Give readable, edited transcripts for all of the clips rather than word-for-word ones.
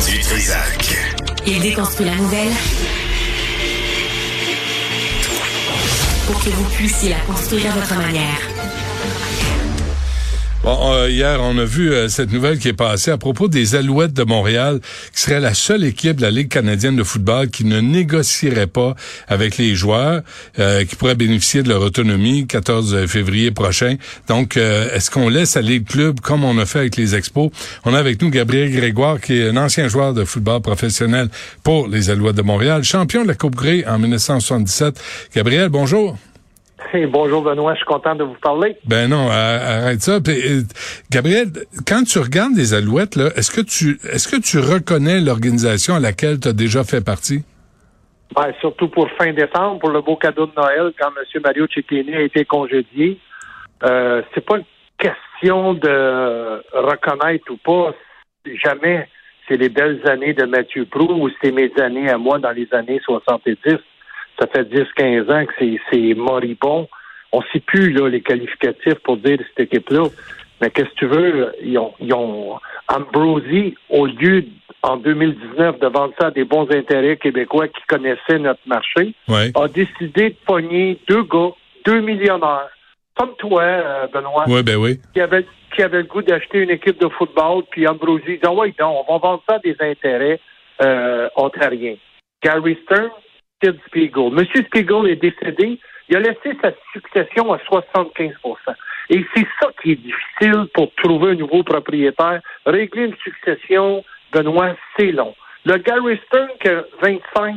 Du Trisac. Il déconstruit la nouvelle pour que vous puissiez la construire à votre manière. Bon, hier, on a vu cette nouvelle qui est passée à propos des Alouettes de Montréal, qui serait la seule équipe de la Ligue canadienne de football qui ne négocierait pas avec les joueurs, qui pourraient bénéficier de leur autonomie 14 février prochain. Donc, est-ce qu'on laisse aller le club comme on a fait avec les Expos? On a avec nous Gabriel Grégoire, qui est un ancien joueur de football professionnel pour les Alouettes de Montréal, champion de la Coupe Grey en 1977. Gabriel, bonjour. Hey, bonjour Benoît, je suis content de vous parler. Ben non, arrête ça. Gabriel, quand tu regardes les Alouettes, là, est-ce que tu reconnais l'organisation à laquelle tu as déjà fait partie? Ben, surtout pour fin décembre, pour le beau cadeau de Noël, quand M. Mario Cecchini a été congédié. C'est pas une question de reconnaître ou pas. Jamais c'est les belles années de Mathieu Proulx ou c'est mes années à moi dans les années 70. Ça fait 10-15 ans que c'est moribond. On ne sait plus là, les qualificatifs pour dire cette équipe-là. Mais qu'est-ce que tu veux? Ils ont Ambrosie, au lieu en 2019 de vendre ça à des bons intérêts québécois qui connaissaient notre marché, a décidé de pogner deux gars, 2 millionnaires, comme toi, Benoît, qui avaient le goût d'acheter une équipe de football, puis Ambrosie dit « ouais, non, on va vendre ça à des intérêts ontariens. » Gary Stern, Sid Spiegel. M. Spiegel est décédé. Il a laissé sa succession à 75%. Et c'est ça qui est difficile pour trouver un nouveau propriétaire. Régler une succession, Benoît, c'est long. Le Gary Stern, qui a 25%,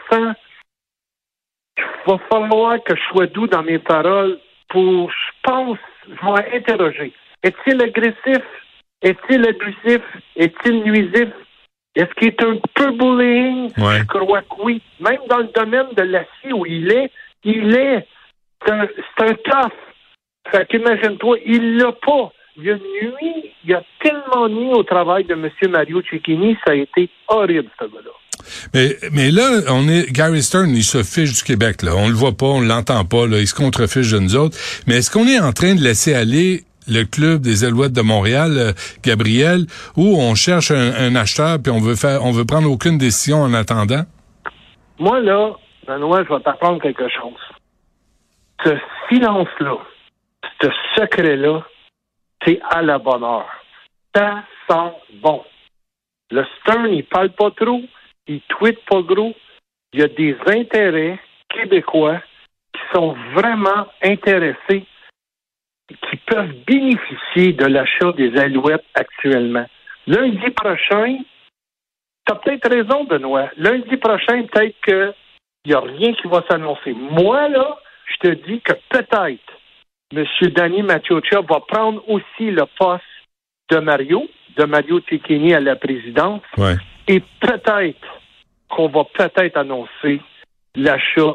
il va falloir que je sois doux dans mes paroles pour, je pense, je vais interroger. Est-il agressif? Est-il abusif? Est-il nuisif? Est-ce qu'il est un peu bullying? Je crois que oui. Même dans le domaine de l'acier où c'est un tough. Fait qu'imagine-toi, il l'a pas. Il a tellement nuit au travail de M. Mario Cecchini, ça a été horrible, ce gars-là. Mais là, Gary Stern, il se fiche du Québec, là. On le voit pas, on l'entend pas, là. Il se contrefiche de nous autres. Mais est-ce qu'on est en train de laisser aller le club des Alouettes de Montréal, Gabriel, où on cherche un acheteur puis on veut prendre aucune décision en attendant? Moi, là, Benoît, je vais t'apprendre quelque chose. Ce silence-là, ce secret-là, c'est à la bonne heure. Ça sent bon. Le Stern, il parle pas trop, il tweet pas gros. Il y a des intérêts québécois qui sont vraiment intéressés, qui peuvent bénéficier de l'achat des Alouettes actuellement. Lundi prochain, tu as peut-être raison, Benoît. Lundi prochain, peut-être qu'il n'y a rien qui va s'annoncer. Moi, là, je te dis que peut-être M. Danny Maciocia va prendre aussi le poste de Mario Cecchini à la présidence. Et peut-être qu'on va peut-être annoncer l'achat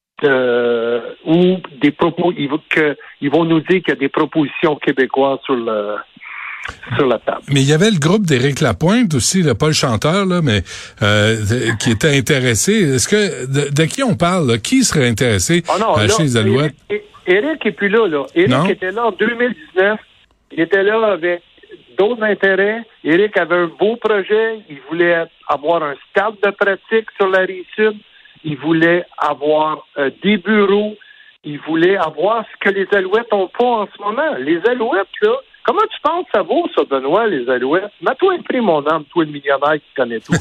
ou des propos, ils vont nous dire qu'il y a des propositions québécoises sur la table. Mais il y avait le groupe d'Éric Lapointe aussi, pas le chanteur, là, mais qui était intéressé. Est-ce que de qui on parle? Là? Qui serait intéressé à acheter les Alouettes? Éric n'est plus là. Éric était là en 2019. Il était là avec d'autres intérêts. Éric avait un beau projet. Il voulait avoir un stade de pratique sur la Rive-Sud. Il voulait avoir des bureaux. Il voulait avoir ce que les Alouettes n'ont pas en ce moment. Les Alouettes, là, comment tu penses que ça vaut, ça, Benoît, les Alouettes? Mets-toi un prix, mon âme, toi, le millionnaire qui connaît tout.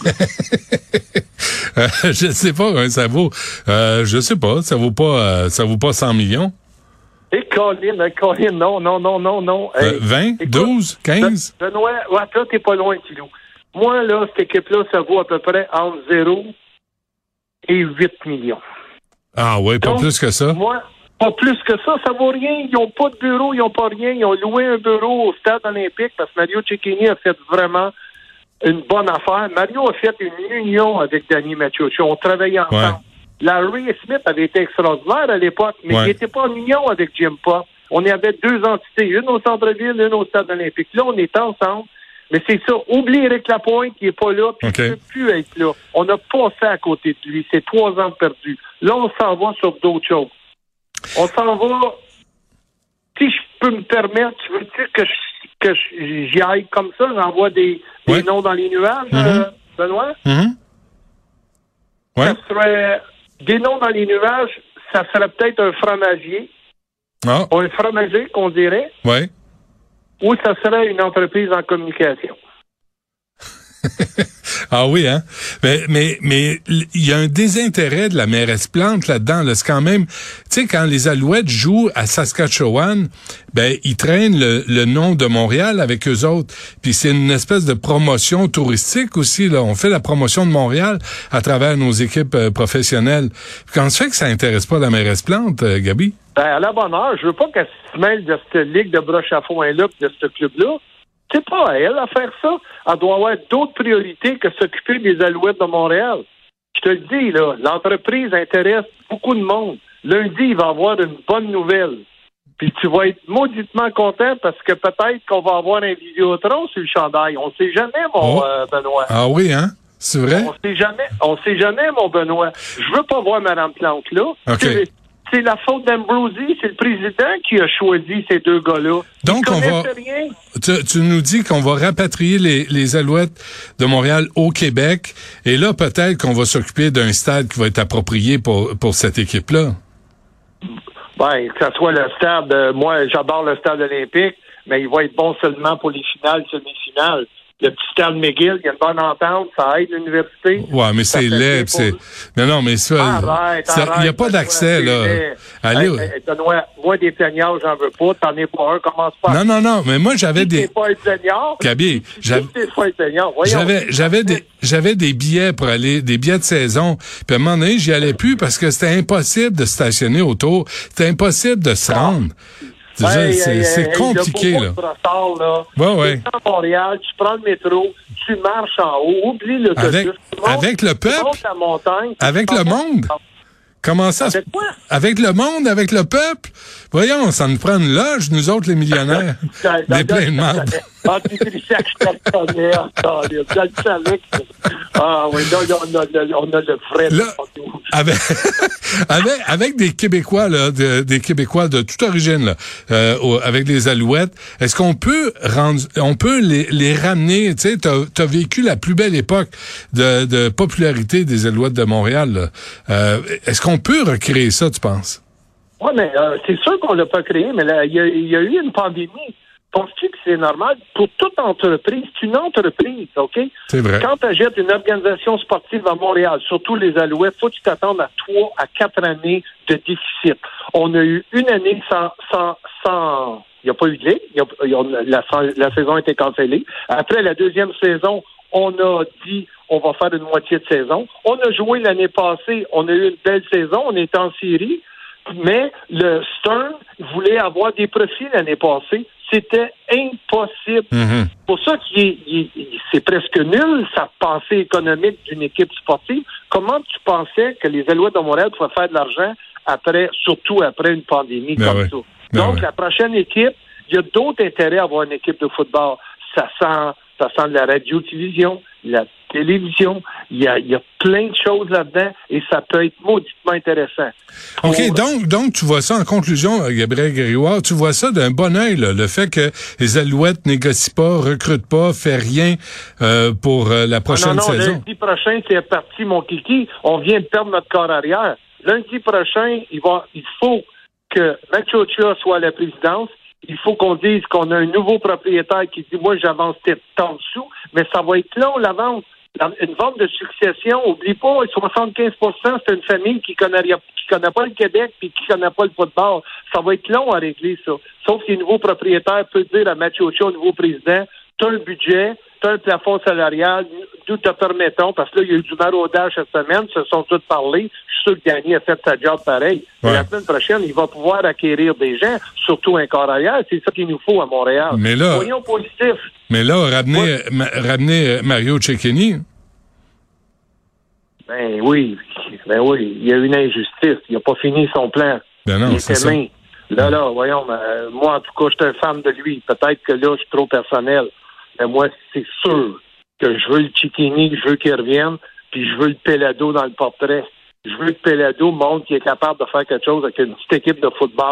Je sais pas, ça vaut, je sais pas, ça vaut pas 100 millions. Et Colin, non. 20, 12, 15? Benoît, là, t'es pas loin, Kilo. Moi, là, cette équipe-là, ça vaut à peu près entre 0 et 8 millions. Ah ouais, pas plus que ça? Moi, pas plus que ça, ça vaut rien. Ils n'ont pas de bureau, ils n'ont pas rien. Ils ont loué un bureau au Stade olympique parce que Mario Cecchini a fait vraiment une bonne affaire. Mario a fait une union avec Danny Maciocia. On travaillait ensemble. Larry Smith avait été extraordinaire à l'époque, mais il n'était pas en union avec Jim Pop. On avait deux entités, une au centre-ville, une au Stade olympique. Là, on est ensemble. Mais c'est ça. Oublie Éric Lapointe qui n'est pas là, puis il ne peut plus être là. On a passé à côté de lui. C'est 3 ans de perdu. Là, on s'en va sur d'autres choses. On s'en va. Si je peux me permettre, tu veux dire que j'y aille comme ça, j'envoie des noms dans les nuages? Benoît? Ouais. Ça serait des noms dans les nuages, ça serait peut-être un fromagier. Ah. Un fromager, qu'on dirait. Ouais. Ou ça serait une entreprise en communication. Ah oui, hein? Mais il y a un désintérêt de la mairesse Plante là-dedans. Là. C'est quand même, tu sais, quand les Alouettes jouent à Saskatchewan, ben ils traînent le nom de Montréal avec eux autres. Puis c'est une espèce de promotion touristique aussi. Là, on fait la promotion de Montréal à travers nos équipes professionnelles. Quand ça fait que ça intéresse pas la mairesse Plante, Gabi? Ben à la bonne heure, je veux pas qu'elle se mêle de cette ligue de broche à foin-là, de ce club-là. C'est pas à elle à faire ça. Elle doit avoir d'autres priorités que s'occuper des Alouettes de Montréal. Je te le dis, là, l'entreprise intéresse beaucoup de monde. Lundi, il va y avoir une bonne nouvelle. Puis tu vas être mauditement content parce que peut-être qu'on va avoir un Vidéotron sur le chandail. On sait jamais, mon Benoît. Ah oui, hein? C'est vrai? On sait jamais, mon Benoît. Je veux pas voir Mme Plante là. OK. C'est la faute d'Ambrosie, c'est le président qui a choisi ces deux gars-là. Donc, rien. Tu nous dis qu'on va rapatrier les Alouettes de Montréal au Québec, et là, peut-être qu'on va s'occuper d'un stade qui va être approprié pour cette équipe-là. Ben, que ce soit le stade, moi, j'adore le stade olympique, mais il va être bon seulement pour les finales, semi-finales. Le petit stade McGill, il y a une bonne entente, ça aide l'université. Ouais, mais c'est laid, mais non, mais ça, il n'y a pas d'accès, là. Allez. Moi, des plaignards, j'en veux pas. T'en es pas un, commence pas. Non, mais moi, j'avais des... T'es pas un plaignard. Gabi, j'avais des billets pour aller, des billets de saison. Puis à un moment donné, j'y allais plus parce que c'était impossible de stationner autour. C'était impossible de se rendre. C'est compliqué, là. Ouais. Tu es à Montréal, tu prends le métro, tu marches en haut, oublie l'autobus. Avec le peuple? La montagne, avec le monde? Comment ça? Avec quoi? Avec le monde, avec le peuple? Voyons, ça nous prend une loge, nous autres, les millionnaires. Des pleins de marde. Ah, tu sais que je te connais. Je le savais que... Ah oui, là, on a le vrai... Là, avec des Québécois, là, des Québécois de toute origine, là, avec les Alouettes, est-ce qu'on peut les ramener? Tu sais, t'as vécu la plus belle époque de popularité des Alouettes de Montréal, là. Est-ce qu'on peut recréer ça, tu penses? Oui, mais c'est sûr qu'on l'a pas créé, mais il y a eu une pandémie. Penses-tu que c'est normal? Pour toute entreprise, c'est une entreprise, OK? C'est vrai. Quand tu achètes une organisation sportive à Montréal, surtout les Alouettes, faut que tu t'attendes à 3 à 4 années de déficit. On a eu une année sans il n'y a pas eu de ligue. La saison a été cancellée. Après la deuxième saison, on a dit on va faire une moitié de saison. On a joué l'année passée, on a eu une belle saison, on est en série. Mais le Stern voulait avoir des profits l'année passée. C'était impossible. Mm-hmm. C'est pour ça que c'est presque nul, sa pensée économique d'une équipe sportive. Comment tu pensais que les Alouettes de Montréal pouvaient faire de l'argent surtout après une pandémie comme ça? Donc, la prochaine équipe, il y a d'autres intérêts à avoir une équipe de football. Ça sent de la radio-télévision, la télévision. Il y a plein de choses là-dedans et ça peut être mauditement intéressant. OK, donc tu vois ça en conclusion, Gabriel Grégoire, tu vois ça d'un bon œil, là, le fait que les Alouettes négocient pas, recrutent pas, fait rien pour la prochaine saison. Lundi prochain, c'est parti, mon kiki. On vient de perdre notre corps arrière. Lundi prochain, il faut que Machocha soit à la présidence. Il faut qu'on dise qu'on a un nouveau propriétaire qui dit, moi, j'avance tant de sous, mais ça va être long, la vente. Une vente de succession, oublie pas, 75%, c'est une famille qui connaît pas le Québec puis qui connaît pas le football. Ça va être long à régler, ça. Sauf que les nouveaux propriétaires peuvent dire à Mathieu Ochoa, au nouveau président, t'as un budget, t'as un plafond salarial, nous te permettons, parce que là, il y a eu du maraudage cette semaine, se sont tous parlé. Je suis sûr que Danny a fait sa job pareil. Ouais. La semaine prochaine, il va pouvoir acquérir des gens, surtout un corps arrière. C'est ça qu'il nous faut à Montréal. Mais là, soyons positifs. Mais là, ramener Mario Cecchini. Ben oui. Il y a une injustice. Il n'a pas fini son plan. Ben non, c'est ça. Là, voyons, moi, en tout cas, je suis un fan de lui. Peut-être que là, je suis trop personnel. Mais moi, c'est sûr que je veux le Cecchini, je veux qu'il revienne, puis je veux le Pelado dans le portrait. Je veux que Pelado montre qu'il est capable de faire quelque chose avec une petite équipe de football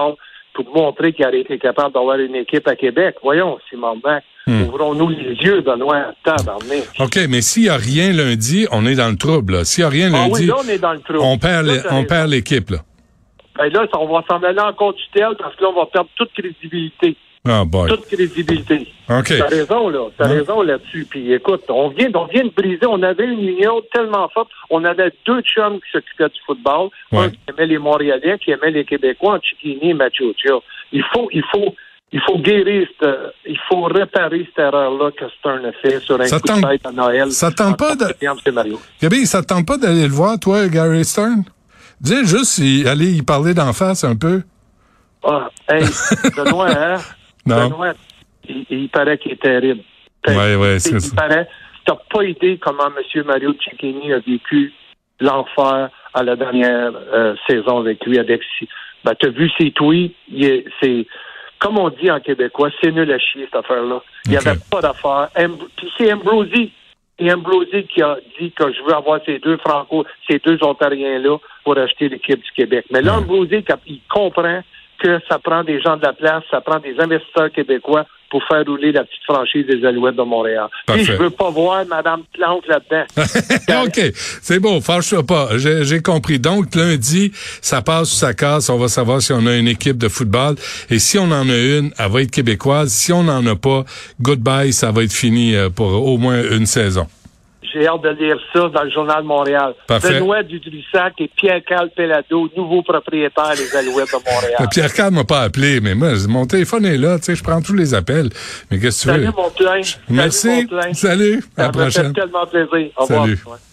pour montrer qu'il aurait été capable d'avoir une équipe à Québec. Voyons, Simon Mac, ouvrons-nous les yeux, Benoît. OK, mais s'il n'y a rien lundi, on est dans le trouble. Là. S'il n'y a rien lundi, là, on est dans le trouble. On perd l'équipe. Là. Ben là, on va s'en aller en cours tutelle parce que là, on va perdre toute crédibilité. Ah, boy. Toute crédibilité. OK. T'as raison, là. T'as raison là-dessus. Puis écoute, on vient de briser. On avait une union tellement forte. On avait 2 chums qui s'occupaient du football. Ouais. Un qui aimait les Montréalais, qui aimait les Québécois, Chiquini et Machocha. Il faut guérir, il faut réparer cette erreur-là que Stern a fait sur un coup de tête à Noël. Ça tente pas Gabi, ça tente pas d'aller le voir, toi, Gary Stern? Dis juste aller y parler d'en face un peu. Ah, hey, Benoît, hein? Non. Benoît, il paraît qu'il est terrible. Ouais, c'est ça. T'as pas idée comment M. Mario Cecchini a vécu l'enfer à la dernière saison avec lui. Ben, t'as vu ses tweets, c'est, comme on dit en québécois, c'est nul à chier, cette affaire-là. Il n'y avait pas d'affaire. Puis c'est Ambrosie. Et Ambrosie qui a dit que je veux avoir ces 2 Ontariens-là pour acheter l'équipe du Québec. Mais là, Ambrosie, il comprend que ça prend des gens de la place, ça prend des investisseurs québécois pour faire rouler la petite franchise des Alouettes de Montréal. Puis je veux pas voir Mme Plante là-dedans. OK, c'est bon, fâche-toi pas. J'ai compris. Donc, lundi, ça passe ou ça casse. On va savoir si on a une équipe de football. Et si on en a une, elle va être québécoise. Si on n'en a pas, goodbye, ça va être fini pour au moins une saison. J'ai hâte de lire ça dans le Journal de Montréal. Parfait. Benoît Dudrissac et Pierre-Carl Pellado, nouveau propriétaire des Alouettes de Montréal. Pierre-Carl m'a pas appelé, mais moi, mon téléphone est là, tu sais, je prends tous les appels. Mais qu'est-ce que tu veux? Salut, mon plein. Merci. Salut. À la prochaine. Ça me fait tellement plaisir. Au revoir. Salut.